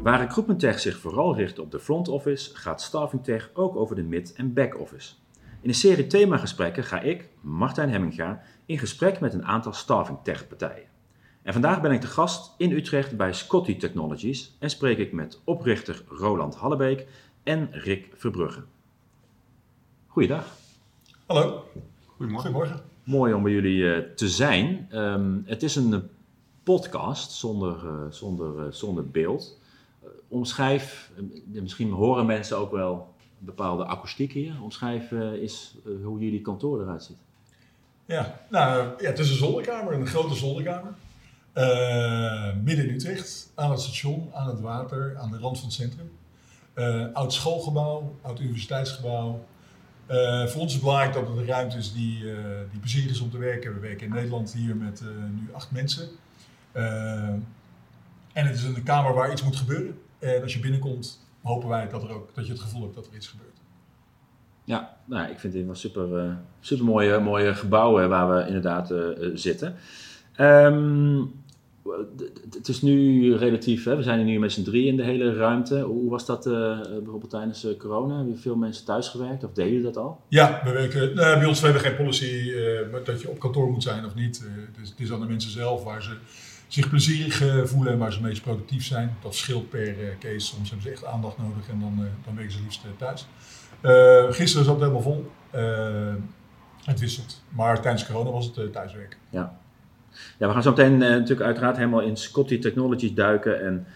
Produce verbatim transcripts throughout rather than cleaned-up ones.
Waar Recruitment Tech zich vooral richt op de front office, gaat Staffing Tech ook over de mid- en back office. In een serie themagesprekken ga ik, Martijn Hemminga, in gesprek met een aantal Staffing Tech partijen. En vandaag ben ik te gast in Utrecht bij Scotty Technologies en spreek ik met oprichter Roland Hallebeek en Rick Verbrugge. Goeiedag. Hallo. Goedemorgen. Goedemorgen. Mooi om bij jullie uh, te zijn. Um, het is een podcast zonder, uh, zonder, uh, zonder beeld. Uh, omschrijf, uh, misschien horen mensen ook wel een bepaalde akoestiek hier. Omschrijf uh, is uh, hoe jullie kantoor eruit ziet. Ja, nou, ja, het is een zolderkamer, een grote zolderkamer. Uh, midden in Utrecht, aan het station, aan het water, aan de rand van het centrum. Uh, oud schoolgebouw, oud universiteitsgebouw. Uh, voor ons is het belangrijk dat het een ruimte is die, uh, die plezierig is om te werken. We werken in Nederland hier met uh, nu acht mensen. Uh, en het is een kamer waar iets moet gebeuren. En als je binnenkomt, hopen wij dat, er ook, dat je het gevoel hebt dat er iets gebeurt. Ja, nou, ik vind dit wel super, uh, super mooie, mooie gebouwen waar we inderdaad uh, zitten. Um, Het is nu relatief, hè? We zijn er nu met z'n drie in de hele ruimte. Hoe was dat uh, bijvoorbeeld tijdens uh, corona? Hebben veel mensen thuis gewerkt of deden jullie dat al? Ja, we werken, uh, bij ons hebben we geen policy uh, dat je op kantoor moet zijn of niet. Uh, dus het is aan de mensen zelf waar ze zich plezierig uh, voelen en waar ze meest productief zijn. Dat verschilt per uh, case. Soms hebben ze echt aandacht nodig en dan, uh, dan werken ze liefst uh, thuis. Uh, gisteren zat het helemaal vol. Uh, het wisselt. Maar tijdens corona was het uh, thuiswerken. Ja. Ja, we gaan zo meteen uh, natuurlijk uiteraard helemaal in Scotty Technologies duiken en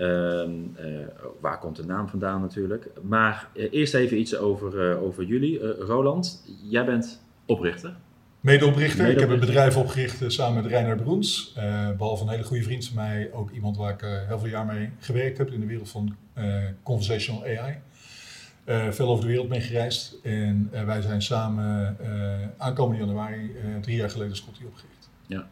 uh, uh, waar komt de naam vandaan natuurlijk. Maar uh, eerst even iets over, uh, over jullie. Uh, Roland, jij bent oprichter. Medeoprichter. Mede ik heb een bedrijf opgericht uh, samen met Reiner Broens. Uh, behalve een hele goede vriend van mij, ook iemand waar ik uh, heel veel jaar mee gewerkt heb in de wereld van uh, conversational A I. Uh, veel over de wereld mee gereisd en uh, wij zijn samen uh, aankomende januari uh, drie jaar geleden Scotty opgericht. Ja.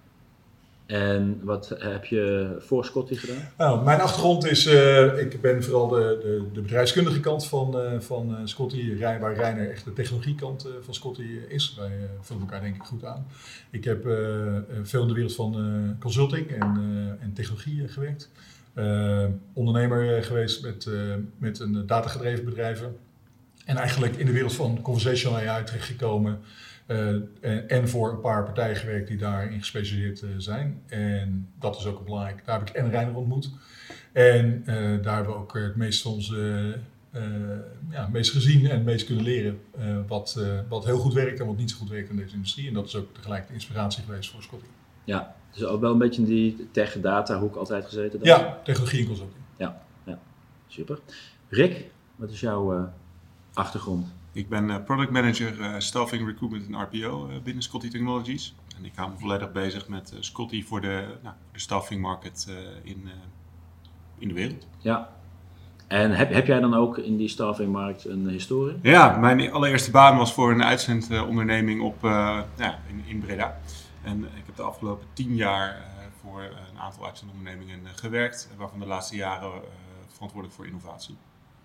En wat heb je voor Scotty gedaan? Nou, mijn achtergrond is, uh, ik ben vooral de, de, de bedrijfskundige kant van, uh, van uh, Scotty, waar Reiner echt de technologiekant uh, van Scotty is. Wij uh, vullen elkaar denk ik goed aan. Ik heb uh, veel in de wereld van uh, consulting en, uh, en technologie uh, gewerkt. Uh, ondernemer uh, geweest met, uh, met een datagedreven bedrijven. En eigenlijk in de wereld van conversational A I terechtgekomen. Uh, en, en voor een paar partijen gewerkt die daarin gespecialiseerd uh, zijn. En dat is ook belangrijk. Daar heb ik en Reiner ontmoet. En uh, daar hebben we ook het meest van onze, uh, ja, het meest gezien en het meest kunnen leren. Uh, wat, uh, wat heel goed werkt en wat niet zo goed werkt in deze industrie. En dat is ook tegelijk de inspiratie geweest voor Scotty. Ja, dus ook wel een beetje in die tech-data hoek altijd gezeten? Dan? Ja, technologie en consulting. Ja, ja, super. Rick, wat is jouw uh, achtergrond? Ik ben uh, product manager uh, staffing, recruitment en R P O uh, binnen Scotty Technologies. En ik hou me volledig bezig met uh, Scotty voor de, nou, de staffing market uh, in, uh, in de wereld. Ja. En heb, heb jij dan ook in die staffingmarkt een historie? Ja, mijn allereerste baan was voor een uitzendonderneming op, uh, ja, in, in Breda. En ik heb de afgelopen tien jaar uh, voor een aantal uitzendondernemingen uh, gewerkt. Waarvan de laatste jaren uh, verantwoordelijk voor innovatie.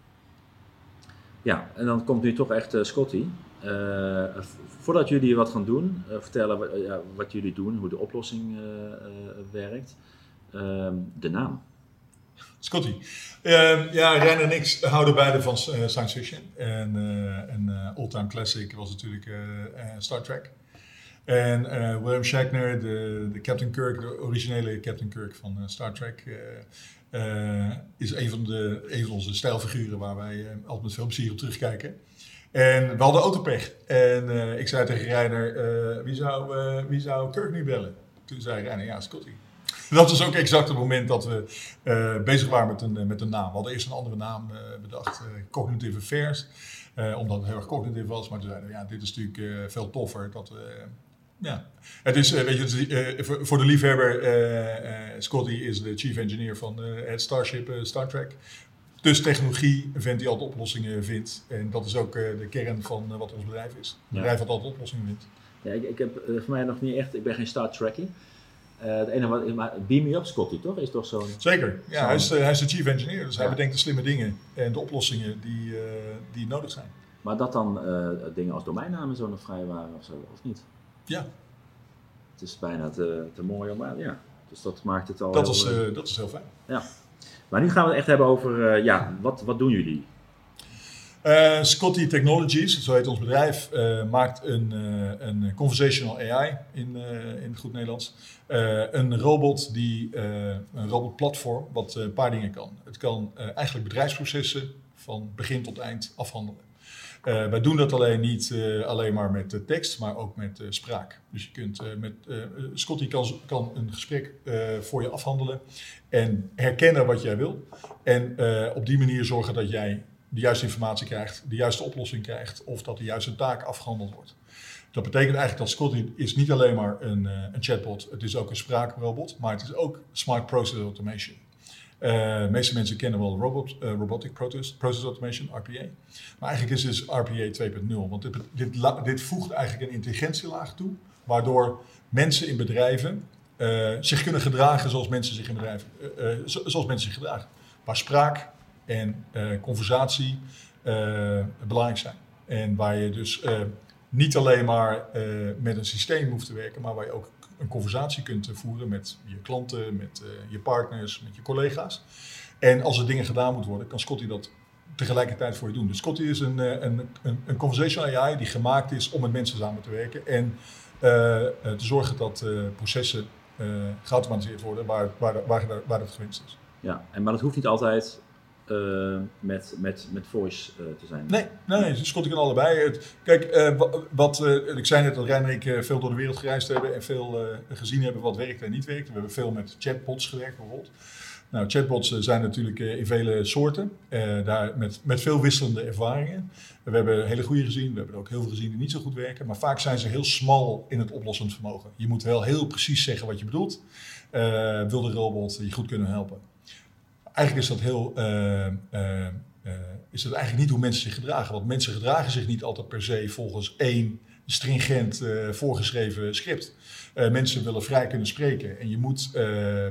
Ja, en dan komt nu toch echt uh, Scotty. Uh, voordat jullie wat gaan doen, uh, vertellen wat, uh, ja, wat jullie doen, hoe de oplossing uh, uh, werkt. Uh, de naam. Scotty. Uh, ja, Reiner en ik houden beide van uh, science fiction. En uh, een uh, all-time classic was natuurlijk uh, uh, Star Trek. En uh, William Shatner, de, de Captain Kirk, de originele Captain Kirk van uh, Star Trek, uh, uh, is een van, de, een van onze stijlfiguren waar wij uh, altijd met veel plezier op terugkijken. En we hadden autopech. En uh, ik zei tegen Reiner, uh, wie, zou, uh, wie zou Kirk nu bellen? Toen zei Reiner, ja, Scotty. Dat was ook exact het moment dat we uh, bezig waren met een, met een naam. We hadden eerst een andere naam uh, bedacht, uh, Cognitive Affairs. Uh, omdat het heel erg cognitief was. Maar toen zeiden we, ja, dit is natuurlijk uh, veel toffer. Dat we, uh, ja. Het is, uh, weet je, uh, voor, voor de liefhebber, uh, uh, Scotty is de chief engineer van uh, het Starship uh, Star Trek. Dus technologie, een vent die altijd oplossingen vindt. En dat is ook uh, de kern van uh, wat ons bedrijf is. Een bedrijf wat altijd oplossingen vindt. Ja, ik, ik heb uh, voor mij nog niet echt, ik ben geen Star Trekkie. Uh, het enige wat, maar Beam Me Up Scotty, toch? Is toch zo'n... Zeker, ja, zo'n... hij, is, uh, hij is de chief engineer. Dus ja. hij bedenkt de slimme dingen en de oplossingen die, uh, die nodig zijn. Maar dat dan uh, dingen als domeinnamen zo nog vrij waren of zo, of niet? Ja. Het is bijna te, te mooi om aan, ja. Dus dat maakt het al Dat, heel, is, uh, uh, dat is heel fijn. Ja. Maar nu gaan we het echt hebben over, uh, ja, wat, wat doen jullie? Uh, Scotty Technologies, zo heet ons bedrijf, uh, maakt een, uh, een conversational A I in, uh, in goed Nederlands. Uh, een robot die, uh, een robotplatform wat uh, een paar dingen kan. Het kan uh, eigenlijk bedrijfsprocessen van begin tot eind afhandelen. Uh, wij doen dat alleen niet uh, alleen maar met uh, tekst, maar ook met uh, spraak. Dus je kunt uh, met uh, Scotty kan, kan een gesprek uh, voor je afhandelen en herkennen wat jij wil. En uh, op die manier zorgen dat jij de juiste informatie krijgt, de juiste oplossing krijgt of dat de juiste taak afgehandeld wordt. Dat betekent eigenlijk dat Scotty is niet alleen maar een, uh, een chatbot, het is ook een spraakrobot, maar het is ook Smart Process Automation. Uh, de meeste mensen kennen wel robot, uh, Robotic Process, Process Automation, R P A. Maar eigenlijk is het dus R P A twee punt nul, want dit, dit, dit voegt eigenlijk een intelligentielaag toe, waardoor mensen in bedrijven uh, zich kunnen gedragen zoals mensen zich in bedrijven, uh, uh, zoals mensen zich gedragen. Waar spraak en uh, conversatie uh, belangrijk zijn. En waar je dus uh, niet alleen maar uh, met een systeem hoeft te werken, maar waar je ook een conversatie kunt voeren met je klanten, met uh, je partners, met je collega's. En als er dingen gedaan moeten worden, kan Scotty dat tegelijkertijd voor je doen. Dus Scotty is een, een, een, een conversational A I die gemaakt is om met mensen samen te werken en uh, te zorgen dat uh, processen uh, geautomatiseerd worden waar, waar, waar, waar het gewenst is. Ja, en maar dat hoeft niet altijd Uh, met, met, met voice uh, te zijn. Nee, nee, Scotty kan allebei. Het, kijk, uh, wat, uh, ik zei net dat Rijn en ik uh, veel door de wereld gereisd hebben en veel uh, gezien hebben wat werkt en niet werkt. We hebben veel met chatbots gewerkt bijvoorbeeld. Nou, chatbots uh, zijn natuurlijk uh, in vele soorten, uh, daar met, met veel wisselende ervaringen. We hebben hele goede gezien, we hebben er ook heel veel gezien die niet zo goed werken, maar vaak zijn ze heel smal in het oplossend vermogen. Je moet wel heel precies zeggen wat je bedoelt, uh, wil de robot je goed kunnen helpen. Eigenlijk is dat heel, uh, uh, uh, is dat eigenlijk niet hoe mensen zich gedragen. Want mensen gedragen zich niet altijd per se volgens één stringent uh, voorgeschreven script. Uh, mensen willen vrij kunnen spreken. En je moet, uh, uh,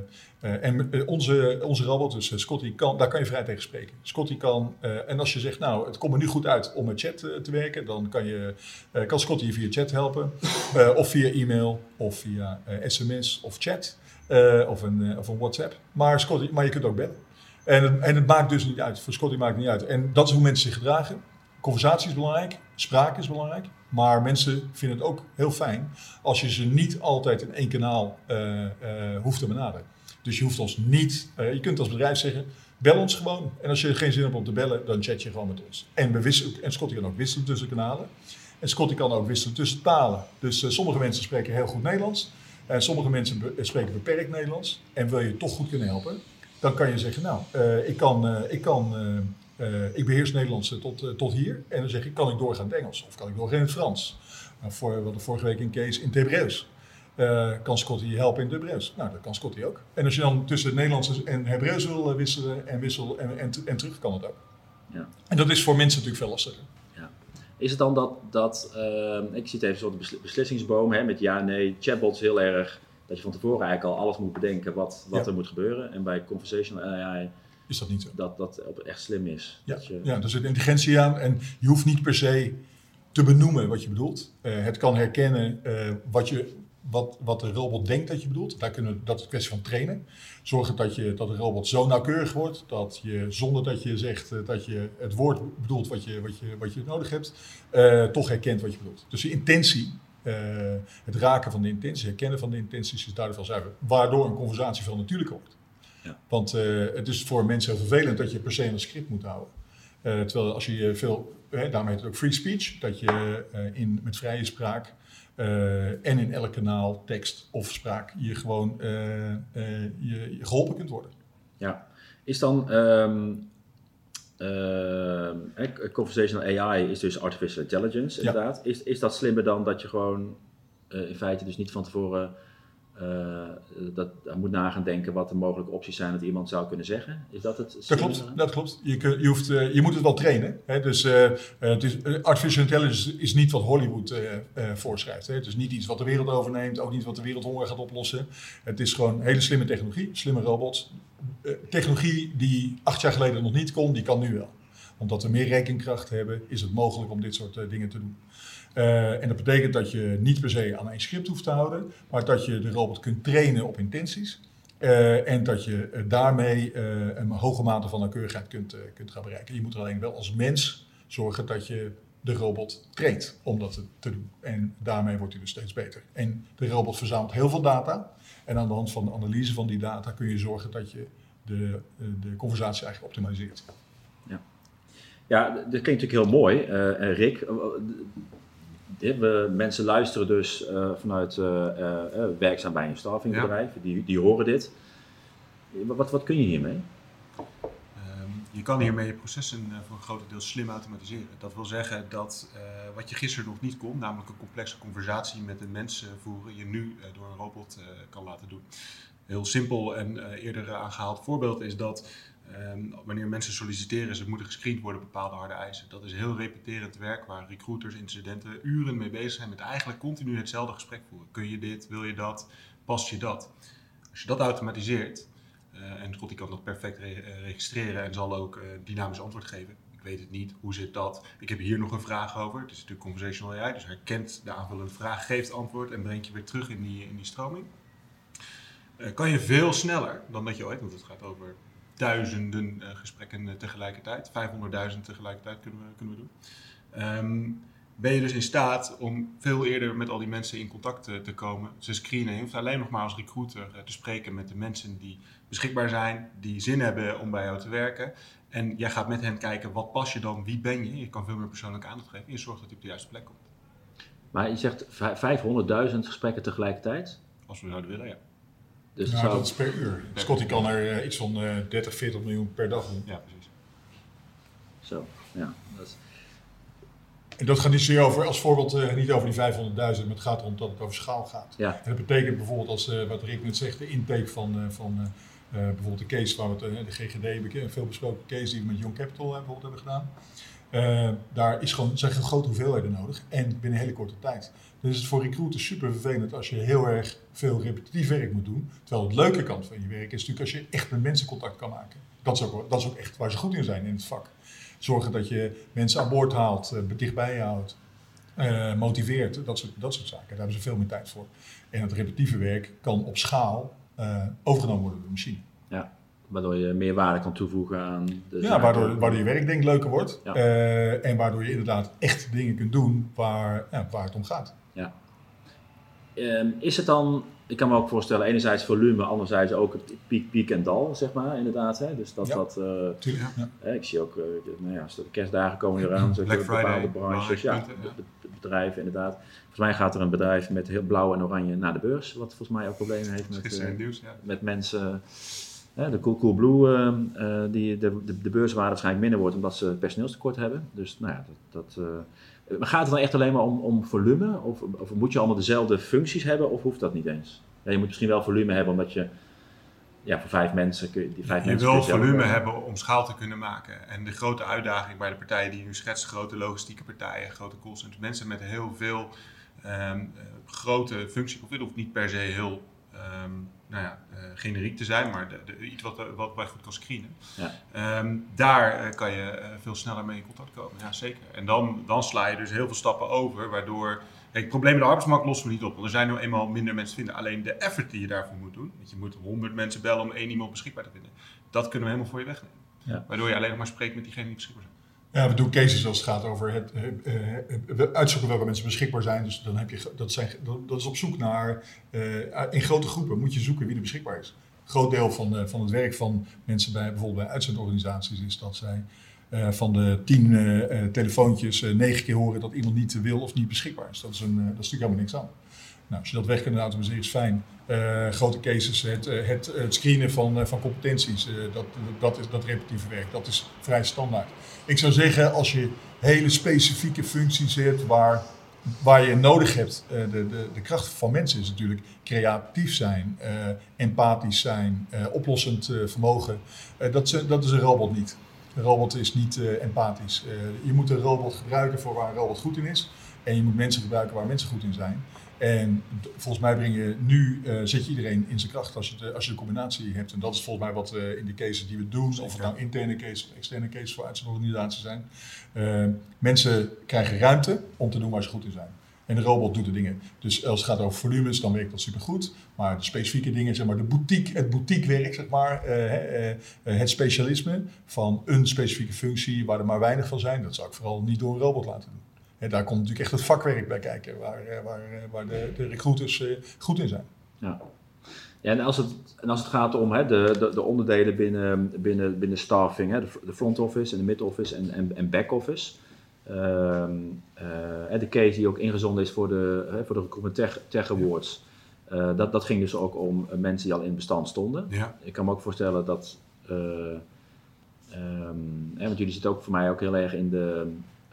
en onze, onze robot, dus Scotty, kan, daar kan je vrij tegen spreken. Scotty kan, uh, en als je zegt, nou, het komt me nu goed uit om met chat uh, te werken, dan kan, je, uh, kan Scotty je via chat helpen. Uh, of via e-mail, of via uh, sms of chat, uh, of, een, uh, of een WhatsApp. Maar, Scotty, maar je kunt ook bellen. En het, en het maakt dus niet uit. Voor Scotty maakt het niet uit. En dat is hoe mensen zich gedragen. Conversatie is belangrijk. Spraak is belangrijk. Maar mensen vinden het ook heel fijn als je ze niet altijd in één kanaal uh, uh, hoeft te benaderen. Dus je hoeft ons niet... Uh, je kunt als bedrijf zeggen, bel ons gewoon. En als je er geen zin hebt om te bellen, dan chat je gewoon met ons. En, we wisselen, en Scotty kan ook wisselen tussen kanalen. En Scotty kan ook wisselen tussen talen. Dus uh, sommige mensen spreken heel goed Nederlands. En sommige mensen be- spreken beperkt Nederlands. En wil je toch goed kunnen helpen, dan kan je zeggen, nou, uh, ik, kan, uh, ik, kan, uh, uh, ik beheers Nederlands tot, uh, tot hier. En dan zeg ik, kan ik doorgaan in het Engels? Of kan ik doorgaan in het Frans? Uh, voor, we hadden vorige week een case in het Hebreeuws. Uh, kan Scotty je helpen in het Hebreeuws? Nou, dat kan Scotty ook. En als je dan tussen het Nederlands en Hebreeuws wil wisselen en, wissel, en, en, en terug, kan het ook. Ja. En dat is voor mensen natuurlijk veel lastiger. Ja. Is het dan dat, dat uh, ik zie het even zo de beslissingsboom, hè, met ja, nee, chatbots heel erg... dat je van tevoren eigenlijk al alles moet bedenken wat, wat ja. er moet gebeuren. En bij conversational A I is dat niet zo. Dat dat echt slim is. Ja, dat je... ja, er zit intelligentie aan en je hoeft niet per se te benoemen wat je bedoelt. Uh, het kan herkennen uh, wat, je, wat, wat de robot denkt dat je bedoelt. Daar kunnen, dat is een kwestie van trainen. Zorgen dat, je, dat de robot zo nauwkeurig wordt dat je zonder dat je zegt uh, dat je het woord bedoelt wat je, wat je, wat je nodig hebt, uh, toch herkent wat je bedoelt. Dus de intentie. Uh, het raken van de intentie, herkennen van de intenties is duidelijk wel zuiver. Waardoor een conversatie veel natuurlijker wordt. Ja. Want uh, het is voor mensen heel vervelend dat je per se een script moet houden. Uh, terwijl als je veel, uh, daarmee heet het ook free speech, dat je uh, in, met vrije spraak uh, en in elk kanaal, tekst of spraak, je gewoon uh, uh, je, je geholpen kunt worden. Ja, is dan... Um... Uh, conversational A I is dus artificial intelligence, inderdaad. Ja. Is, is dat slimmer dan dat je gewoon uh, in feite dus niet van tevoren uh, dat, dat moet na gaan denken wat de mogelijke opties zijn dat iemand zou kunnen zeggen? Is dat het? Dat klopt, dat klopt. Je, kun, je, hoeft, uh, je moet het wel trainen. Hè? Dus uh, uh, het is, uh, artificial intelligence is niet wat Hollywood uh, uh, voorschrijft. Hè? Het is niet iets wat de wereld overneemt, ook niet wat de wereldhonger gaat oplossen. Het is gewoon hele slimme technologie, slimme robots. Uh, technologie die acht jaar geleden nog niet kon, die kan nu wel. Omdat we meer rekenkracht hebben, is het mogelijk om dit soort uh, dingen te doen. Uh, en dat betekent dat je niet per se aan één script hoeft te houden, maar dat je de robot kunt trainen op intenties. Uh, en dat je uh, daarmee uh, een hoge mate van nauwkeurigheid kunt, uh, kunt gaan bereiken. Je moet er alleen wel als mens zorgen dat je de robot traint om dat te, te doen. En daarmee wordt hij dus steeds beter. En de robot verzamelt heel veel data. En aan de hand van de analyse van die data kun je zorgen dat je de, de conversatie eigenlijk optimaliseert. Ja, ja dat klinkt natuurlijk heel mooi. Uh, Rick, we, mensen luisteren dus uh, vanuit uh, uh, werkzaam bij een staffingbedrijf. Ja. Die, die horen dit. Wat, wat kun je hiermee? Um, je kan hiermee je processen uh, voor een groot deel slim automatiseren. Dat wil zeggen dat uh, wat je gisteren nog niet kon, namelijk een complexe conversatie met een mens uh, voeren, je nu uh, door een robot uh, kan laten doen. Heel simpel en uh, eerder aangehaald voorbeeld is dat um, wanneer mensen solliciteren, ze moeten gescreend worden op bepaalde harde eisen. Dat is heel repeterend werk waar recruiters, incidenten uren mee bezig zijn met eigenlijk continu hetzelfde gesprek voeren. Kun je dit, wil je dat, past je dat? Als je dat automatiseert, uh, en Scotty kan dat perfect re- registreren en zal ook uh, dynamisch antwoord geven. Ik weet het niet, hoe zit dat? Ik heb hier nog een vraag over. Het is natuurlijk conversational A I, dus herkent de aanvullende vraag, geeft antwoord en brengt je weer terug in die, in die stroming. Uh, kan je veel sneller dan dat je ooit, want het gaat over duizenden uh, gesprekken uh, tegelijkertijd. vijfhonderdduizend tegelijkertijd kunnen we, kunnen we doen. Um, ben je dus in staat om veel eerder met al die mensen in contact uh, te komen. Ze screenen. Je hoeft alleen nog maar als recruiter uh, te spreken met de mensen die beschikbaar zijn, die zin hebben om bij jou te werken. En jij gaat met hen kijken, wat pas je dan, wie ben je? Je kan veel meer persoonlijke aandacht geven en je zorgt dat hij op de juiste plek komt. Maar je zegt vijfhonderdduizend gesprekken tegelijkertijd? Als we zouden willen, ja. Dus nou, zou... dat is per uur. Scotty kan er uh, iets van uh, dertig, veertig miljoen per dag doen. Ja, precies. Zo, ja. Dat is... En dat gaat niet zo over, als voorbeeld uh, niet over die vijfhonderdduizend, maar het gaat erom dat het over schaal gaat. Ja. En dat betekent bijvoorbeeld, als uh, wat Rick net zegt, de intake van, uh, van uh, uh, bijvoorbeeld de case waar we het, uh, de G G D, een veel besproken case die we met Young Capital uh, bijvoorbeeld hebben gedaan. Uh, daar is gewoon, zijn grote hoeveelheden nodig en binnen een hele korte tijd. Dus het is voor recruiters super vervelend als je heel erg veel repetitief werk moet doen. Terwijl het leuke kant van je werk is natuurlijk als je echt met mensen contact kan maken. Dat is ook, dat is ook echt waar ze goed in zijn in het vak. Zorgen dat je mensen aan boord haalt, uh, dichtbij je houdt, uh, motiveert, dat soort, dat soort zaken. Daar hebben ze veel meer tijd voor. En het repetitieve werk kan op schaal uh, overgenomen worden door de machine. Ja, waardoor je meer waarde kan toevoegen aan de Ja, waardoor, waardoor je werk denk ik leuker wordt. Ja. Uh, en waardoor je inderdaad echt dingen kunt doen waar, ja, waar het om gaat. Ja. Um, is het dan, ik kan me ook voorstellen, enerzijds volume, anderzijds ook het piek, piek en dal, zeg maar, inderdaad. Hè? Dus dat ja, dat... Uh, tuurlijk. Ja. Uh, ik zie ook, uh, nou ja, de kerstdagen komen eraan, zo Black bepaalde Friday, branches, ja, punten, ja. be, be, bedrijven inderdaad. Volgens mij gaat er een bedrijf met heel blauw en oranje naar de beurs, wat volgens mij ook problemen heeft met, uh, nieuws, ja. met mensen... Uh, de Cool Cool Blue, uh, uh, die de, de, de beurswaarde waarschijnlijk minder wordt omdat ze personeelstekort hebben. Dus nou ja, dat... dat uh, maar gaat het dan echt alleen maar om, om volume? Of, of moet je allemaal dezelfde functies hebben? Of hoeft dat niet eens? Ja, je moet misschien wel volume hebben, omdat je ja, voor vijf mensen... Die vijf je mensen wil volume hebben om schaal te kunnen maken. En de grote uitdaging bij de partijen die je nu schetst, grote logistieke partijen, grote callcenters, mensen met heel veel um, grote functies, of dit hoeft niet per se heel... Um, nou ja, uh, generiek te zijn, maar de, de, iets wat, wat wij goed kan screenen. Ja. Um, daar uh, kan je uh, veel sneller mee in contact komen. Ja, zeker. En dan, dan sla je dus heel veel stappen over, waardoor... Kijk, het probleem met de arbeidsmarkt lossen we niet op, want er zijn nu eenmaal minder mensen te vinden. Alleen de effort die je daarvoor moet doen, want je moet honderd mensen bellen om één iemand beschikbaar te vinden, dat kunnen we helemaal voor je wegnemen. Ja. Waardoor je alleen nog maar spreekt met diegenen die beschikbaar zijn. Ja, we doen cases als het gaat over het uh, uh, uitzoeken welke mensen beschikbaar zijn. Dus dan heb je, dat, zijn, dat is op zoek naar, uh, in grote groepen moet je zoeken wie er beschikbaar is. Een groot deel van, uh, van het werk van mensen bij bijvoorbeeld bij uitzendorganisaties is dat zij uh, van de tien uh, telefoontjes uh, negen keer horen dat iemand niet wil of niet beschikbaar is. Dat is, een, uh, dat is natuurlijk helemaal niks aan. Nou, als je dat weg kunt automatiseren is fijn. Uh, grote cases, het, het, het screenen van, van competenties, uh, dat, dat, is, dat repetitieve werk, dat is vrij standaard. Ik zou zeggen, als je hele specifieke functies hebt waar, waar je nodig hebt, uh, de, de, de kracht van mensen is natuurlijk creatief zijn, uh, empathisch zijn, uh, oplossend uh, vermogen. Uh, dat, dat is een robot niet. Een robot is niet uh, empathisch. Uh, je moet een robot gebruiken voor waar een robot goed in is. En je moet mensen gebruiken waar mensen goed in zijn. En volgens mij breng je nu, uh, zet je iedereen in zijn kracht als je, de, als je de combinatie hebt. En dat is volgens mij wat uh, in de cases die we doen, of het nou interne cases of externe cases voor uitzendorganisaties zijn. Uh, mensen krijgen ruimte om te doen waar ze goed in zijn. En de robot doet de dingen. Dus als het gaat over volumes, dan werkt dat supergoed. Maar de specifieke dingen, zeg maar, de boutique, het boutiquewerk, zeg maar, uh, uh, het specialisme van een specifieke functie waar er maar weinig van zijn, dat zou ik vooral niet door een robot laten doen. En daar komt natuurlijk echt het vakwerk bij kijken, waar, waar, waar de, de recruiters uh, goed in zijn. Ja. Ja, en, als het, en als het gaat om hè, de, de, de onderdelen binnen, binnen, binnen staffing, hè, de, de front office en de mid office en, en, en back office. Uh, uh, de case die ook ingezonden is voor de, uh, voor de Recruitment Tech, Tech Awards. Uh, dat, dat ging dus ook om uh, mensen die al in het bestand stonden. Ja. Ik kan me ook voorstellen dat, uh, um, hè, want jullie zitten ook voor mij ook heel erg in de uh,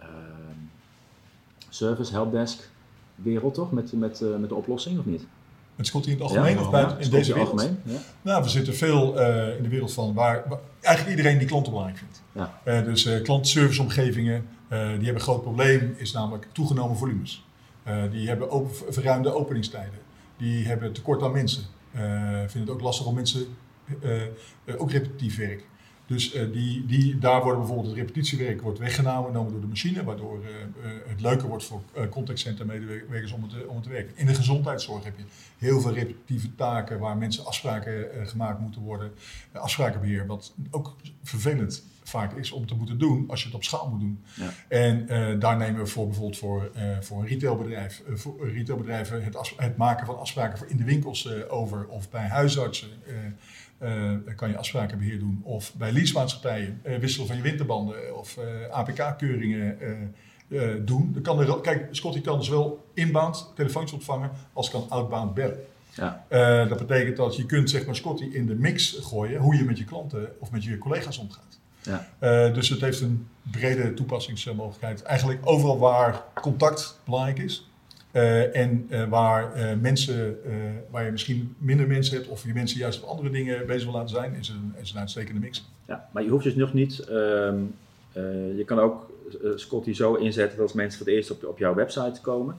service helpdesk wereld, toch? Met, met, uh, met de oplossing, of niet? Met Scotty in het algemeen ja, of buiten ja, in deze wereld? Algemeen, ja. Nou, we zitten veel uh, in de wereld van waar, waar eigenlijk iedereen die klanten belangrijk vindt. Ja. Uh, dus uh, klantenserviceomgevingen, uh, die hebben een groot probleem, is namelijk toegenomen volumes. Uh, die hebben open, verruimde openingstijden. Die hebben tekort aan mensen. Uh, vinden het ook lastig om mensen, uh, uh, ook repetitief werk. Dus uh, die, die, daar wordt bijvoorbeeld het repetitiewerk wordt weggenomen door de machine, waardoor uh, uh, het leuker wordt voor uh, contactcentermedewerkers om het, om het te werken. In de gezondheidszorg heb je heel veel repetitieve taken waar mensen afspraken uh, gemaakt moeten worden. Uh, afsprakenbeheer, wat ook vervelend vaak is om te moeten doen als je het op schaal moet doen. Ja. En uh, daar nemen we voor bijvoorbeeld voor, uh, voor een retailbedrijf, uh, voor retailbedrijven het, as, het maken van afspraken voor in de winkels uh, over of bij huisartsen. Uh, Uh, kan je afsprakenbeheer doen. Of bij leasemaatschappijen uh, wisselen van je winterbanden of uh, A P K-keuringen uh, uh, doen. Dan kan er, kijk, Scotty kan dus wel inbound telefoontjes ontvangen als kan outbound bellen. Ja. Uh, dat betekent dat je kunt zeg maar Scotty in de mix gooien hoe je met je klanten of met je collega's omgaat. Ja. Uh, dus het heeft een brede toepassingsmogelijkheid. Eigenlijk overal waar contact belangrijk is. Uh, en uh, waar uh, mensen, uh, waar je misschien minder mensen hebt of je mensen juist op andere dingen bezig wil laten zijn, is een, is een uitstekende mix. Ja, maar je hoeft dus nog niet, uh, uh, je kan ook uh, Scotty zo inzetten dat als mensen voor het eerst op, op jouw website komen,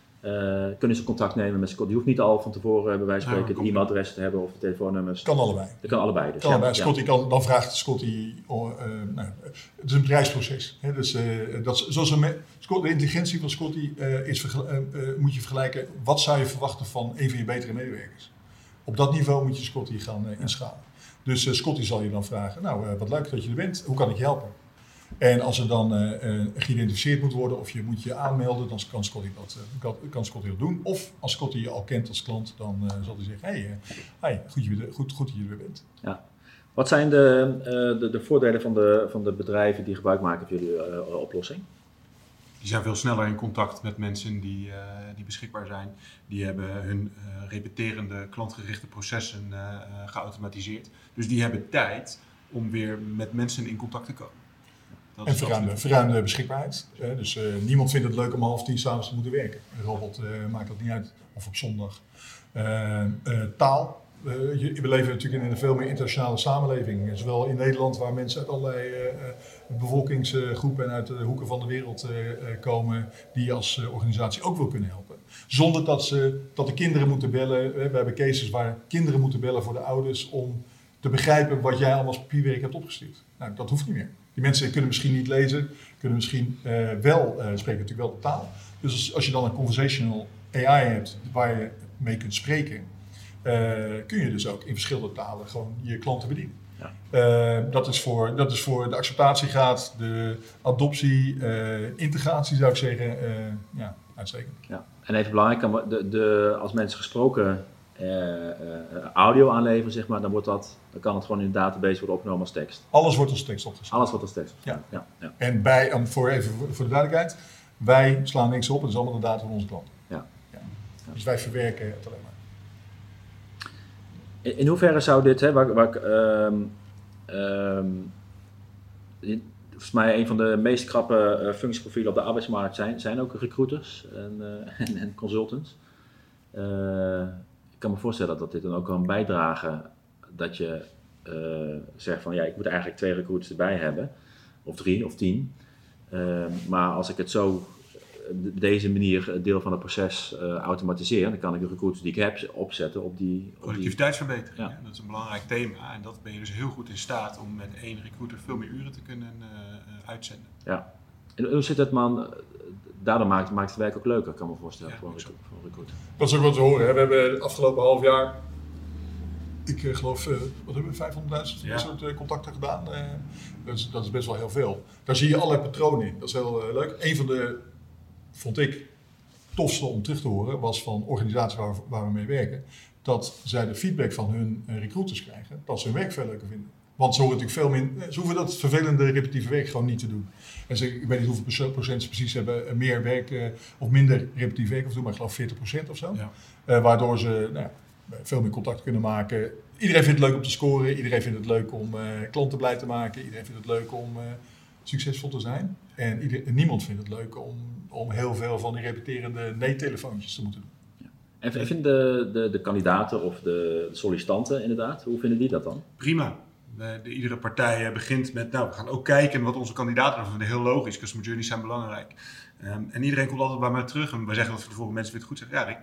uh, kunnen ze contact nemen met Scotty. Je hoeft niet al van tevoren bij wijze van spreken het e-mailadres te hebben of de telefoonnummers. Kan allebei. Dat kan allebei. Dus. Kan allebei. Ja. Scotty kan, dan vraagt Scotty, uh, nou, het is een bedrijfsproces. Hè? Dus, uh, dat is, zoals een me- de intelligentie van Scotty uh, is vergel- uh, uh, moet je vergelijken, wat zou je verwachten van een van je betere medewerkers? Op dat niveau moet je Scotty gaan uh, inschalen. Dus uh, Scotty zal je dan vragen, nou uh, wat leuk dat je er bent, hoe kan ik je helpen? En als er dan uh, uh, geïdentificeerd moet worden of je moet je aanmelden, dan kan Scotty dat, uh, kan, kan Scotty dat doen. Of als Scotty je al kent als klant, dan uh, zal hij zeggen, hey, uh, hi, goed, je, goed, goed dat je er weer bent. Ja. Wat zijn de, uh, de, de voordelen van de, van de bedrijven die gebruik maken van jullie uh, oplossing? Die zijn veel sneller in contact met mensen die, uh, die beschikbaar zijn. Die hebben hun uh, repeterende klantgerichte processen uh, uh, geautomatiseerd. Dus die hebben tijd om weer met mensen in contact te komen. Dat en verruimde, verruimde beschikbaarheid. Uh, dus uh, niemand vindt het leuk om half tien 's avonds te moeten werken. Een robot uh, maakt dat niet uit. Of op zondag. Uh, uh, taal. Uh, we leven natuurlijk in een veel meer internationale samenleving. Zowel in Nederland, waar mensen uit allerlei uh, bevolkingsgroepen en uit de hoeken van de wereld uh, komen, die je als uh, organisatie ook wil kunnen helpen. Zonder dat, ze, dat de kinderen moeten bellen. We hebben cases waar kinderen moeten bellen voor de ouders om te begrijpen wat jij allemaal als papierwerk hebt opgestuurd. Nou, dat hoeft niet meer. Die mensen kunnen misschien niet lezen, kunnen misschien uh, wel, uh, spreken natuurlijk wel de taal. Dus als, als je dan een conversational A I hebt waar je mee kunt spreken, Uh, kun je dus ook in verschillende talen gewoon je klanten bedienen. Ja. Uh, dat, is voor, dat is voor de acceptatiegraad, de adoptie, uh, integratie zou ik zeggen, uh, ja, uitstekend. Ja. En even belangrijk, de, de, als mensen gesproken uh, uh, audio aanleveren, zeg maar, dan, wordt dat, dan kan het gewoon in de database worden opgenomen als tekst. Alles wordt als tekst opgeslagen. Alles wordt als tekst. Ja. Ja, ja. En bij, um, voor even voor de duidelijkheid, wij slaan niks op, het is allemaal de data van onze klanten. Ja. Ja. Ja. Dus wij verwerken het alleen maar. In hoeverre zou dit, hè, waar, waar, um, um, volgens mij een van de meest krappe uh, functieprofielen op de arbeidsmarkt zijn, zijn ook recruiters en, uh, en, en consultants. Uh, ik kan me voorstellen dat dit dan ook kan bijdragen dat je uh, zegt van ja, ik moet eigenlijk twee recruiters erbij hebben, of drie of tien. Uh, maar als ik het zo op deze manier deel van het proces uh, automatiseren, dan kan ik de recruiters die ik heb opzetten op die... Op Productiviteitsverbetering, die... ja. Dat is een belangrijk thema en dat ben je dus heel goed in staat om met één recruiter veel meer uren te kunnen uh, uitzenden. Ja, en hoe zit het man, daardoor maakt, maakt het werk ook leuker, kan ik me voorstellen, Ja, voor, een exact. recruit, voor een recruiter. Dat is ook wat we horen. Hè. We hebben het afgelopen half jaar, ik uh, geloof, uh, wat hebben we, vijfhonderdduizend Ja. dit soort uh, contacten gedaan. Uh, dat, is, dat is best wel heel veel. Daar zie je allerlei patronen in. Dat is heel uh, leuk. Een van de, vond ik, tofste om terug te horen, was van organisaties waar, waar we mee werken, dat zij de feedback van hun uh, recruiters krijgen, dat ze hun werk veel leuker vinden. Want ze, horen natuurlijk veel min, ze hoeven dat vervelende repetitieve werk gewoon niet te doen. En ze, ik weet niet hoeveel procent ze precies hebben, meer werk uh, of minder repetitief werk of doen, maar ik geloof veertig procent of zo. Ja. Uh, waardoor ze nou ja, veel meer contact kunnen maken. Iedereen vindt het leuk om te scoren, iedereen vindt het leuk om uh, klanten blij te maken, iedereen vindt het leuk om uh, succesvol te zijn. En ieder, niemand vindt het leuk om, om heel veel van die repeterende nee-telefoontjes te moeten doen. En vinden de, de, de kandidaten of de sollicitanten inderdaad, hoe vinden die dat dan? Prima. De, de, iedere partij begint met, nou, we gaan ook kijken wat onze kandidaten doen. We vinden heel logisch, customer journeys zijn belangrijk. Um, en iedereen komt altijd bij mij terug en wij zeggen dat voor de volgende mensen weer het goed zeggen. Ja, ik,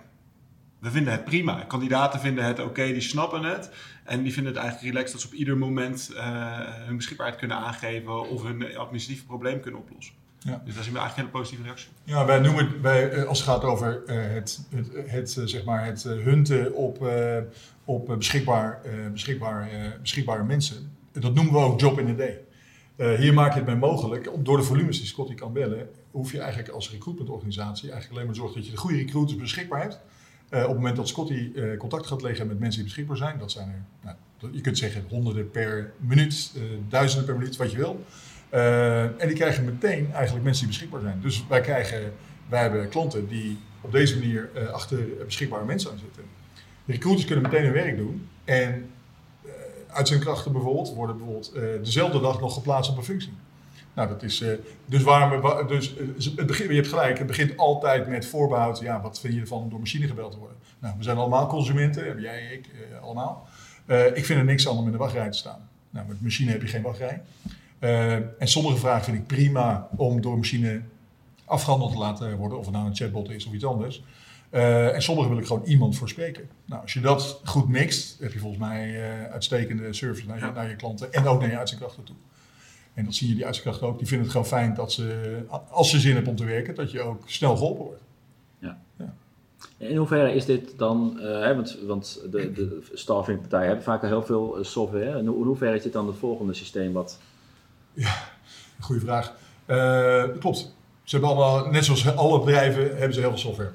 we vinden het prima. Kandidaten vinden het oké, okay, die snappen het. En die vinden het eigenlijk relaxed dat ze op ieder moment uh, hun beschikbaarheid kunnen aangeven of hun administratieve probleem kunnen oplossen. Ja. Dus dat is eigenlijk een hele positieve reactie. Ja, wij noemen, wij, als het gaat over uh, het, het, het, uh, zeg maar het uh, hunten op, uh, op uh, beschikbaar, uh, beschikbaar, uh, beschikbare mensen, dat noemen we ook job in a day. Uh, hier maak je het mee mogelijk, door de volumes die Scotty kan bellen, hoef je eigenlijk als recruitmentorganisatie eigenlijk alleen maar te zorgen dat je de goede recruiters beschikbaar hebt. Uh, op het moment dat Scotty uh, contact gaat leggen met mensen die beschikbaar zijn, dat zijn er, nou, je kunt zeggen honderden per minuut, uh, duizenden per minuut, wat je wil. Uh, en die krijgen meteen eigenlijk mensen die beschikbaar zijn. Dus wij krijgen, wij hebben klanten die op deze manier uh, achter beschikbare mensen aan zitten. De recruiters kunnen meteen hun werk doen en uh, uitzendkrachten bijvoorbeeld worden bijvoorbeeld uh, dezelfde dag nog geplaatst op een functie. Nou, dat is uh, dus waarom we, dus uh, het begin, je hebt gelijk, het begint altijd met voorbehoud. Ja, wat vind je ervan om door machine gebeld te worden? Nou, we zijn allemaal consumenten, jij, ik, uh, allemaal. Uh, ik vind er niks aan om in de wachtrij te staan. Nou, met machine heb je geen wachtrij. Uh, en sommige vragen vind ik prima om door een machine afgehandeld te laten worden, of het nou een chatbot is of iets anders. Uh, en sommige wil ik gewoon iemand voor spreken. Nou, als je dat goed mixt, heb je volgens mij uh, uitstekende service naar je, ja. naar je klanten en ook naar je uitzendkrachten toe. En dat zien je die uitzendkrachten ook. Die vinden het gewoon fijn dat ze, als ze zin hebben om te werken, dat je ook snel geholpen wordt. Ja. Ja. In hoeverre is dit dan, uh, hè, want, want de, de staffingpartijen hebben vaak al heel veel software. In hoeverre is dit dan het volgende systeem wat... Ja, een goede vraag. Uh, klopt. Ze hebben allemaal, net zoals alle bedrijven, hebben ze heel veel software.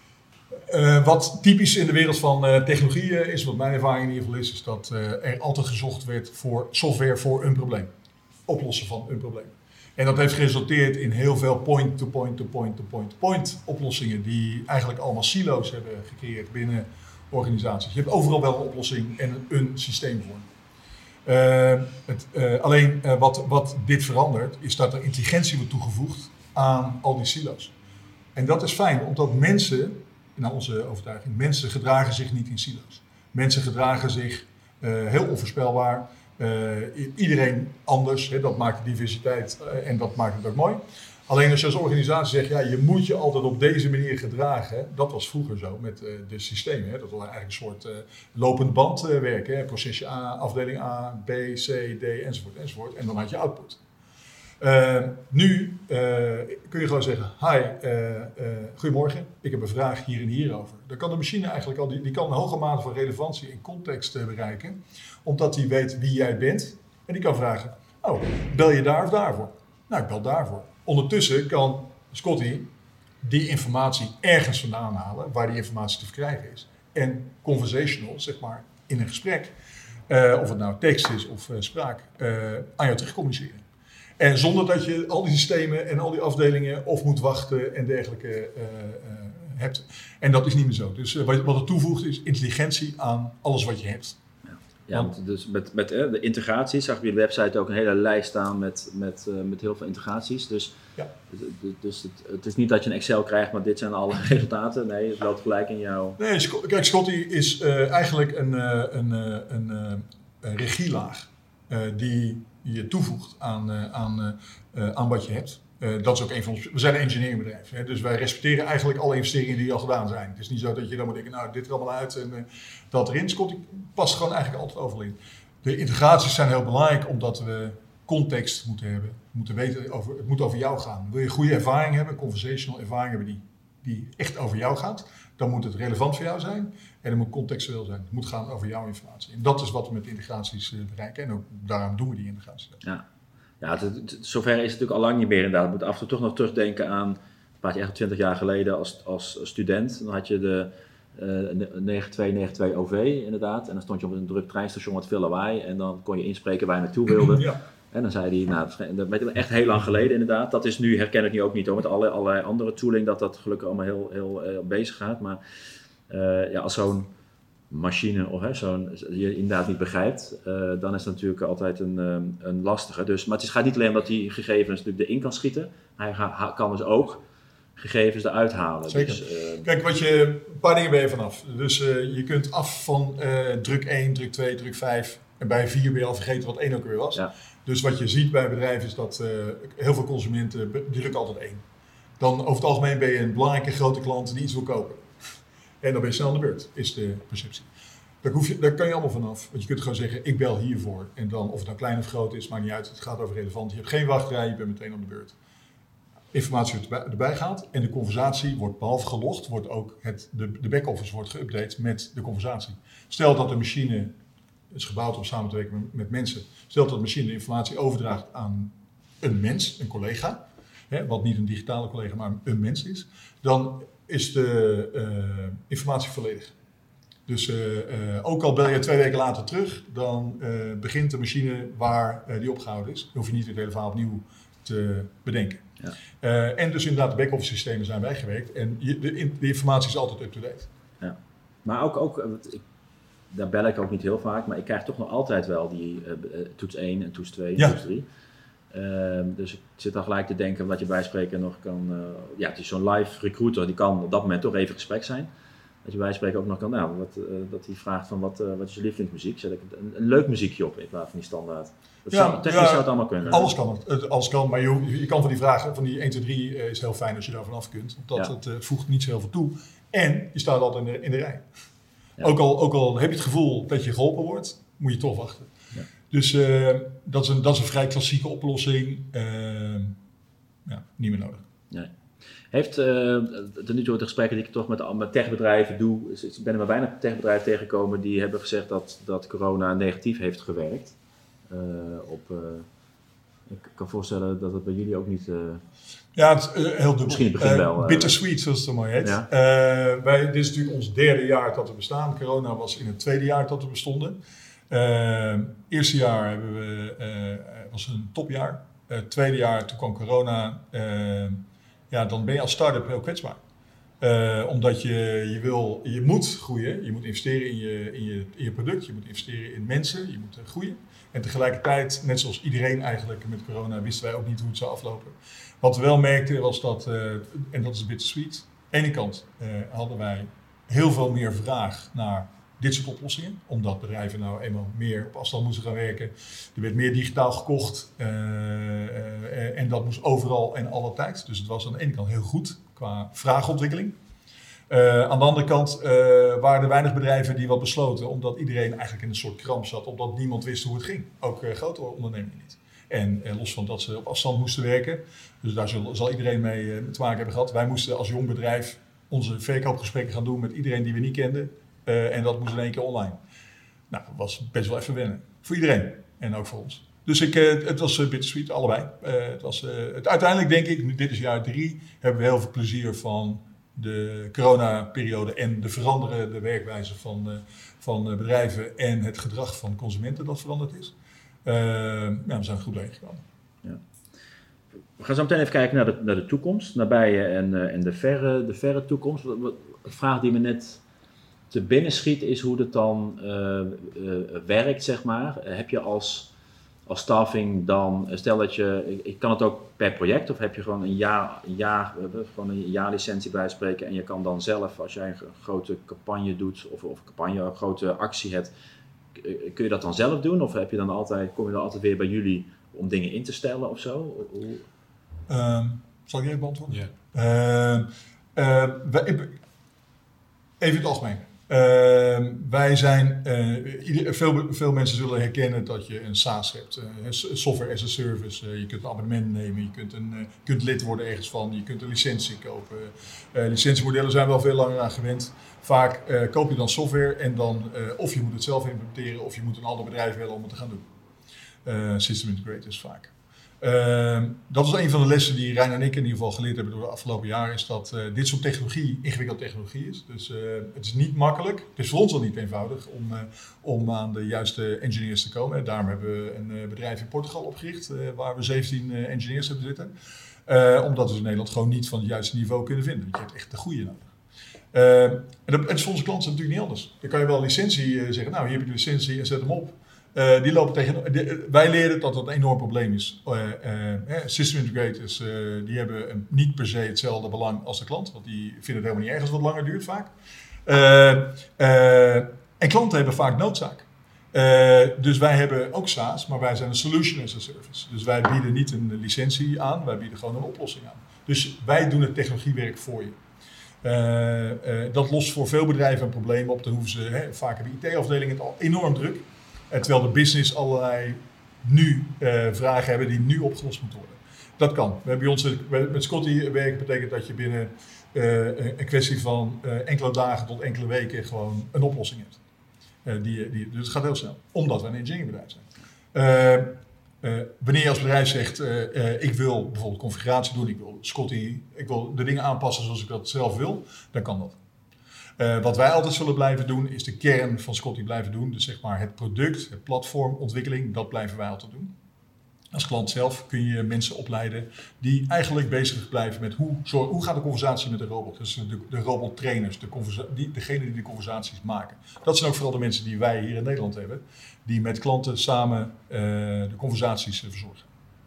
Uh, wat typisch in de wereld van uh, technologie uh, is, wat mijn ervaring in ieder geval is, is dat uh, er altijd gezocht werd voor software voor een probleem. Oplossen van een probleem. En dat heeft geresulteerd in heel veel point-to-point-to-point-to-point-to-point oplossingen die eigenlijk allemaal silo's hebben gecreëerd binnen organisaties. Je hebt overal wel een oplossing en een, een systeem voor. Uh, het, uh, alleen uh, wat, wat dit verandert, is dat er intelligentie wordt toegevoegd aan al die silo's. En dat is fijn, omdat mensen, naar onze overtuiging, mensen gedragen zich niet in silo's. Mensen gedragen zich uh, heel onvoorspelbaar. Uh, iedereen anders, hè, dat maakt de diversiteit uh, en dat maakt het ook mooi. Alleen als je als organisatie zegt, ja, je moet je altijd op deze manier gedragen. Dat was vroeger zo met uh, de systemen. Hè. Dat was eigenlijk een soort uh, lopend band uh, werken. Hè. Procesje A, afdeling A, B, C, D, enzovoort, enzovoort. En dan had je output. Uh, nu uh, kun je gewoon zeggen, hi, uh, uh, goedemorgen, ik heb een vraag hier en hier over. Dan kan de machine eigenlijk al, die, die kan een hoge mate van relevantie en context uh, bereiken. Omdat hij weet wie jij bent. En die kan vragen, oh, bel je daar of daarvoor? Nou, ik bel daarvoor. Ondertussen kan Scotty die informatie ergens vandaan halen waar die informatie te verkrijgen is. En conversational, zeg maar, in een gesprek, uh, of het nou tekst is of uh, spraak, uh, aan jou terugcommuniceren. En zonder dat je al die systemen en al die afdelingen of moet wachten en dergelijke uh, uh, hebt. En dat is niet meer zo. Dus uh, wat, wat het toevoegt is intelligentie aan alles wat je hebt. Ja, want dus met, met eh, de integraties zag ik op je website ook een hele lijst staan met, met, uh, met heel veel integraties. Dus, ja. dus het, het is niet dat je een Excel krijgt, maar dit zijn alle resultaten. Nee, het loopt gelijk in jouw... Nee, kijk, Scotty is uh, eigenlijk een, uh, een, uh, een, uh, een regielaag uh, die je toevoegt aan, uh, aan, uh, aan wat je hebt. Uh, dat is ook een van ons. We zijn een engineeringbedrijf, hè, dus wij respecteren eigenlijk alle investeringen die al gedaan zijn. Het is niet zo dat je dan moet denken, nou, dit er allemaal uit en uh, dat erin. Scotty past gewoon eigenlijk altijd overal in. De integraties zijn heel belangrijk, omdat we context moeten hebben, moeten weten over, het moet over jou gaan. Wil je goede ervaring hebben, conversational ervaring hebben die, die echt over jou gaat, dan moet het relevant voor jou zijn en het moet contextueel zijn. Het moet gaan over jouw informatie. En dat is wat we met integraties uh, bereiken en ook daarom doen we die integraties. Ja, ja het, het, zover is het natuurlijk al lang niet meer inderdaad. We moeten af en toe toch nog terugdenken aan, praat je echt twintig jaar geleden als, als student, dan had je de uh, negen twee negen twee O V inderdaad en dan stond je op een druk treinstation met veel lawaai en dan kon je inspreken waar je naartoe wilde. Ja. En dan zei hij, nou, dat is echt heel lang geleden inderdaad. Dat is nu, herken ik nu ook niet hoor, met alle, allerlei andere tooling, dat dat gelukkig allemaal heel, heel, heel bezig gaat. Maar uh, ja, als zo'n machine of hè, zo'n, je inderdaad niet begrijpt, uh, dan is het natuurlijk altijd een, um, een lastige. Dus, maar het is, gaat niet alleen omdat hij gegevens natuurlijk erin kan schieten. Hij ga, kan dus ook gegevens eruit halen. Zeker. Dus, uh, Kijk, wat je, een paar dingen ben je vanaf. Dus uh, je kunt af van uh, druk één, druk twee, druk vijf. En bij vier ben je al vergeten wat één ook weer was. Ja. Dus wat je ziet bij bedrijven is dat uh, heel veel consumenten drukken altijd één. Dan over het algemeen ben je een belangrijke grote klant die iets wil kopen. En dan ben je snel aan de beurt, is de perceptie. Daar, hoef je, daar kan je allemaal vanaf. Want je kunt gewoon zeggen, ik bel hiervoor. En dan, of het nou klein of groot is, maakt niet uit. Het gaat over relevant. Je hebt geen wachtrij, je bent meteen aan de beurt. Informatie erbij, erbij gaat en de conversatie wordt behalve gelogd, wordt ook het, de, de back-office wordt geüpdate met de conversatie. Stel dat de machine is gebouwd om samen te werken met, met mensen. Stel dat de machine de informatie overdraagt aan een mens, een collega, hè, wat niet een digitale collega, maar een mens is, dan is de uh, informatie volledig. Dus uh, uh, ook al bel je twee weken later terug, dan uh, begint de machine waar uh, die opgehouden is. Dan hoef je niet het hele verhaal opnieuw te bedenken. Ja. Uh, en dus inderdaad, de back-office systemen zijn bijgewerkt en je, de, de informatie is altijd up-to-date. Ja. Maar ook, ook ik, daar bel ik ook niet heel vaak, maar ik krijg toch nog altijd wel die uh, toets één en toets twee en ja. toets drie. Uh, dus ik zit dan gelijk te denken wat je bijspreken nog kan. Uh, ja, het is zo'n live recruiter, die kan op dat moment toch even gesprek zijn. Dat je bijspreken ook nog kan, nou, wat, uh, dat hij vraagt van wat, uh, wat is je lievelingsmuziek? Zet ik een, een leuk muziekje op in plaats van die standaard. Dat ja, zou, technisch ja, zou het allemaal kunnen. Alles kan het, het alles kan, maar je, je kan van die vragen, van die één, twee, drie uh, is heel fijn als je daar vanaf kunt. Want ja. het uh, voegt niet zo heel veel toe. En je staat altijd in de, in de rij. Ja. Ook, al, ook al heb je het gevoel dat je geholpen wordt, moet je toch wachten. Ja. Dus uh, dat, is een, dat is een vrij klassieke oplossing. Uh, ja, niet meer nodig. Nee. Heeft, uh, ten nu toe de gesprekken die ik toch met, met techbedrijven doe, ik ben er maar bijna techbedrijven tegengekomen die hebben gezegd dat, dat corona negatief heeft gewerkt. Uh, op, uh, ik kan voorstellen dat het bij jullie ook niet... Uh, ja, het is uh, heel dubbel. Misschien in het begin wel. Uh, bittersweet, zoals het zo mooi heet. Ja. Uh, wij, dit is natuurlijk ons derde jaar dat we bestaan. Corona was in het tweede jaar dat we bestonden. Uh, eerste jaar hebben we, uh, was een topjaar. Uh, tweede jaar, toen kwam corona. Uh, ja, dan ben je als start-up heel kwetsbaar. Uh, omdat je, je, wil, je moet groeien, je moet investeren in je, in, je, in je product, je moet investeren in mensen, je moet uh, groeien. En tegelijkertijd, net zoals iedereen eigenlijk met corona, wisten wij ook niet hoe het zou aflopen. Wat we wel merkten was dat, uh, en dat is bittersweet, aan de ene kant uh, hadden wij heel veel meer vraag naar dit soort oplossingen. Omdat bedrijven nou eenmaal meer op afstand moesten gaan werken. Er werd meer digitaal gekocht uh, uh, en dat moest overal en alle tijd. Dus het was aan de ene kant heel goed qua vraagontwikkeling. Uh, aan de andere kant uh, waren er weinig bedrijven die wat besloten, omdat iedereen eigenlijk in een soort kramp zat, omdat niemand wist hoe het ging. Ook uh, grote ondernemingen niet. En uh, los van dat ze op afstand moesten werken, dus daar zal, zal iedereen mee uh, te maken hebben gehad. Wij moesten als jong bedrijf onze verkoopgesprekken gaan doen met iedereen die we niet kenden. Uh, en dat moest in één keer online. Nou, dat was best wel even wennen. Voor iedereen. En ook voor ons. Dus ik, uh, het was uh, bittersweet, allebei. Uh, het was, uh, het, uiteindelijk denk ik, dit is jaar drie, hebben we heel veel plezier van de coronaperiode en de veranderende werkwijze van, uh, van uh, bedrijven en het gedrag van consumenten dat veranderd is. Uh, ja, we zijn goed doorheengekomen. Ja. We gaan zo meteen even kijken naar de, naar de toekomst, nabije en, uh, en de, verre, de verre toekomst. De vraag die me net te binnen schiet is hoe het dan uh, uh, werkt, zeg maar. Uh, heb je als, als staffing dan, uh, stel dat je, ik kan het ook per project, of heb je gewoon een jaar, een jaar, uh, gewoon een jaarlicentie bijspreken en je kan dan zelf, als jij een grote campagne doet, of, of campagne, een grote actie hebt, uh, kun je dat dan zelf doen? Of heb je dan altijd, kom je dan altijd weer bij jullie om dingen in te stellen of zo? Hoe? Um, zal ik even beantwoorden? Yeah. Uh, uh, we, even in het algemeen. Uh, wij zijn, uh, ieder, veel, veel mensen zullen herkennen dat je een SaaS hebt, uh, software as a service. Uh, je kunt een abonnement nemen, je kunt, een, uh, kunt lid worden ergens van, je kunt een licentie kopen. Uh, licentiemodellen zijn we al veel langer aan gewend. Vaak uh, koop je dan software en dan uh, of je moet het zelf implementeren of je moet een ander bedrijf willen om het te gaan doen. Uh, system integrators vaak. Uh, dat is een van de lessen die Rijn en ik in ieder geval geleerd hebben door de afgelopen jaren, is dat uh, dit soort technologie ingewikkelde technologie is. Dus uh, het is niet makkelijk, het is voor ons al niet eenvoudig om, uh, om aan de juiste engineers te komen. En daarom hebben we een uh, bedrijf in Portugal opgericht, uh, waar we zeventien uh, engineers hebben zitten. Uh, omdat we in Nederland gewoon niet van het juiste niveau kunnen vinden. Want je hebt echt de goede nodig. Uh, en dat is voor onze klanten natuurlijk niet anders. Dan kan je wel een licentie uh, zeggen, nou hier heb je de licentie en zet hem op. Uh, die lopen tegen, die, wij leren dat dat een enorm probleem is. Uh, uh, system integrators uh, die hebben een, niet per se hetzelfde belang als de klant, want die vinden het helemaal niet erg als het wat langer duurt vaak. Uh, uh, en klanten hebben vaak noodzaak. Uh, dus wij hebben ook SaaS, maar wij zijn een solution as a service. Dus wij bieden niet een licentie aan, wij bieden gewoon een oplossing aan. Dus wij doen het technologiewerk voor je. Uh, uh, dat lost voor veel bedrijven een probleem op. Dan hoeven ze, hè, vaak hebben I T-afdelingen het al enorm druk. En terwijl de business allerlei nu uh, vragen hebben die nu opgelost moeten worden. Dat kan. We hebben bij ons met Scotty werken betekent dat je binnen uh, een kwestie van uh, enkele dagen tot enkele weken gewoon een oplossing hebt. Uh, die, die, dus het gaat heel snel, omdat we een engineeringbedrijf zijn. Uh, uh, wanneer je als bedrijf zegt, uh, uh, ik wil bijvoorbeeld configuratie doen, ik wil Scotty, ik wil de dingen aanpassen zoals ik dat zelf wil, dan kan dat. Uh, wat wij altijd zullen blijven doen, is de kern van Scotty blijven doen. Dus zeg maar het product, het platform, ontwikkeling, dat blijven wij altijd doen. Als klant zelf kun je mensen opleiden die eigenlijk bezig blijven met hoe, zo, hoe gaat de conversatie met de robot. Dus de, de robottrainers, de die, degene die de conversaties maken. Dat zijn ook vooral de mensen die wij hier in Nederland hebben, die met klanten samen uh, de conversaties uh, verzorgen.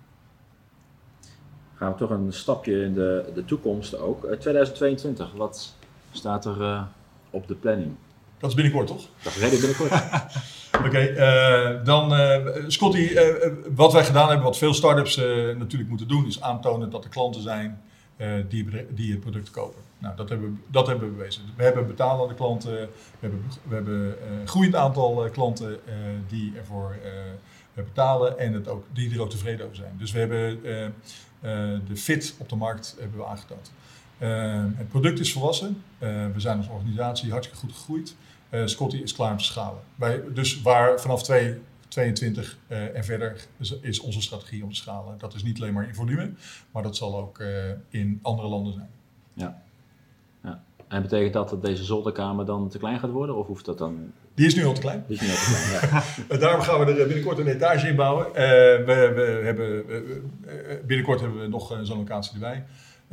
Gaan we toch een stapje in de, de toekomst ook. Uh, tweeduizend tweeëntwintig, wat staat er uh, op de planning? Dat is binnenkort, toch? Dat is redelijk binnenkort. Oké, okay, uh, dan uh, Scotty, uh, wat wij gedaan hebben, wat veel start-ups uh, natuurlijk moeten doen, is aantonen dat er klanten zijn uh, die, die het product kopen. Nou, dat hebben, dat hebben we bewezen. We hebben betalende klanten, we hebben, we hebben uh, een groeiend aantal uh, klanten uh, die ervoor uh, betalen en het ook, die er ook tevreden over zijn. Dus we hebben uh, uh, de fit op de markt hebben we aangetoond. Uh, het product is volwassen, uh, we zijn als organisatie hartstikke goed gegroeid. Uh, Scotty is klaar om te schalen. Wij, dus waar vanaf tweeduizend tweeëntwintig uh, en verder is, is onze strategie om te schalen. Dat is niet alleen maar in volume, maar dat zal ook uh, in andere landen zijn. Ja. Ja. En betekent dat dat deze zolderkamer dan te klein gaat worden? Of hoeft dat dan... Die is nu al te klein. Die is nu al te klein, ja. Daarom gaan we er binnenkort een etage in bouwen. Uh, we, we hebben, uh, binnenkort hebben we nog uh, zo'n locatie erbij.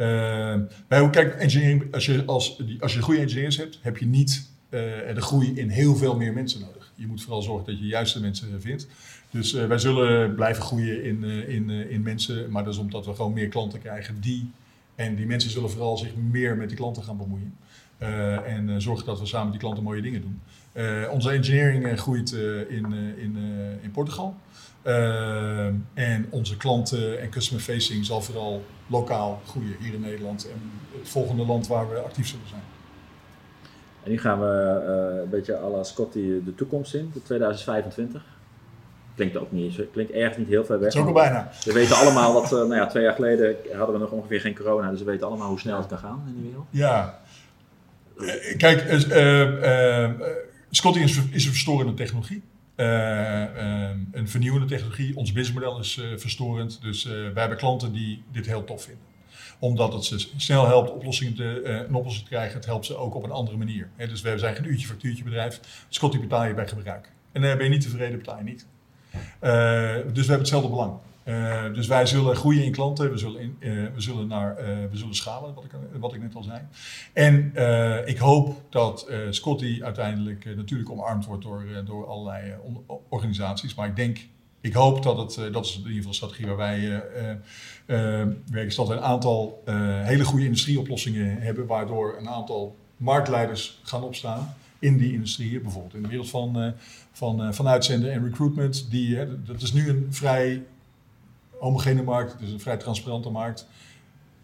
Uh, kijk, engineering, als je, als, als je goede engineers hebt, heb je niet uh, de groei in heel veel meer mensen nodig. Je moet vooral zorgen dat je de juiste mensen vindt. Dus uh, wij zullen blijven groeien in, uh, in, uh, in mensen, maar dat is omdat we gewoon meer klanten krijgen die, en die mensen zullen vooral zich meer met die klanten gaan bemoeien. Uh, en uh, zorgen dat we samen met die klanten mooie dingen doen. Uh, onze engineering uh, groeit uh, in, uh, in, uh, in Portugal. Uh, en onze klanten en customer facing zal vooral lokaal groeien hier in Nederland en het volgende land waar we actief zullen zijn. En nu gaan we uh, een beetje à la Scotty de toekomst in, de tweeduizend vijfentwintig. Klinkt ook niet, klinkt ergens niet heel ver weg. Dat is ook al bijna. We weten allemaal dat, uh, nou ja, twee jaar geleden hadden we nog ongeveer geen corona, dus we weten allemaal hoe snel het kan gaan in de wereld. Ja, uh, kijk, uh, uh, uh, Scotty is, is een verstorende technologie. Uh, uh, een vernieuwende technologie. Ons businessmodel is uh, verstorend. Dus uh, wij hebben klanten die dit heel tof vinden. Omdat het ze snel helpt oplossingen te, uh, een oplossing te krijgen. Het helpt ze ook op een andere manier. He, dus we zijn geen uurtje factuurtje bedrijf. Scotty betaal je bij gebruik. En uh, ben je niet tevreden, betaal je niet. Uh, dus we hebben hetzelfde belang. Uh, dus wij zullen groeien in klanten, we zullen, in, uh, we zullen, naar, uh, we zullen schalen, wat ik, wat ik net al zei. En uh, ik hoop dat uh, Scotty uiteindelijk uh, natuurlijk omarmd wordt door, uh, door allerlei uh, on- organisaties. Maar ik denk, ik hoop dat het, uh, dat is in ieder geval de strategie waar wij uh, uh, werken, is dat we een aantal uh, hele goede industrieoplossingen hebben, waardoor een aantal marktleiders gaan opstaan in die industrieën, bijvoorbeeld in de wereld van, uh, van, uh, van uitzenden en recruitment. Die, uh, dat is nu een vrij homogene markt, het is een vrij transparante markt.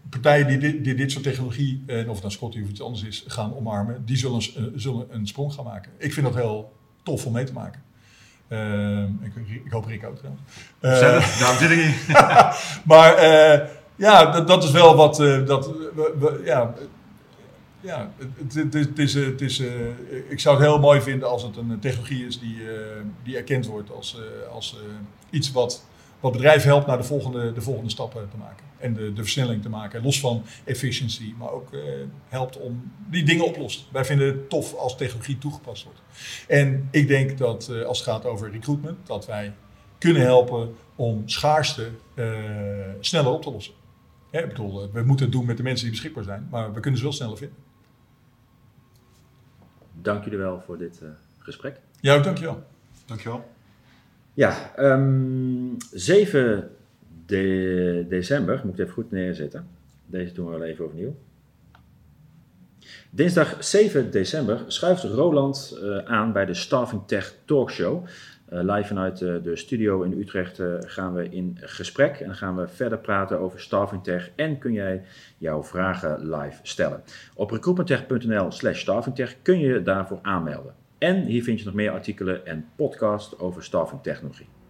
partijen die dit, die dit soort technologie, en of het nou Scotty of iets anders is, gaan omarmen, die zullen, uh, zullen een sprong gaan maken. Ik vind dat heel tof om mee te maken. Uh, ik, ik hoop Rick ook trouwens. Uh, Daarom zit ik hier. Maar uh, ja, dat, dat is wel wat... Uh, dat, we, we, ja, ja, het, het, het is, het is, uh, ik zou het heel mooi vinden als het een technologie is die, uh, die erkend wordt als, uh, als uh, iets wat, wat bedrijven helpt naar de volgende, de volgende stappen te maken. En de, de versnelling te maken. Los van efficiency, maar ook uh, helpt om die dingen oplost. Wij vinden het tof als technologie toegepast wordt. En ik denk dat uh, als het gaat over recruitment, dat wij kunnen helpen om schaarste uh, sneller op te lossen. Ja, ik bedoel, uh, we moeten het doen met de mensen die beschikbaar zijn, maar we kunnen ze wel sneller vinden. Dank jullie wel voor dit uh, gesprek. Ja, dankjewel. Dankjewel. Ja, um, zeven de december, moet ik even goed neerzetten. Deze doen we wel even overnieuw. Dinsdag zeven december schuift Roland uh, aan bij de Staffing Tech Talkshow. Uh, live vanuit uh, de studio in Utrecht uh, gaan we in gesprek en dan gaan we verder praten over Staffing Tech en kun jij jouw vragen live stellen. Op recruitmenttech.nl slash staffingtech kun je je daarvoor aanmelden. En hier vind je nog meer artikelen en podcasts over staffing technologie.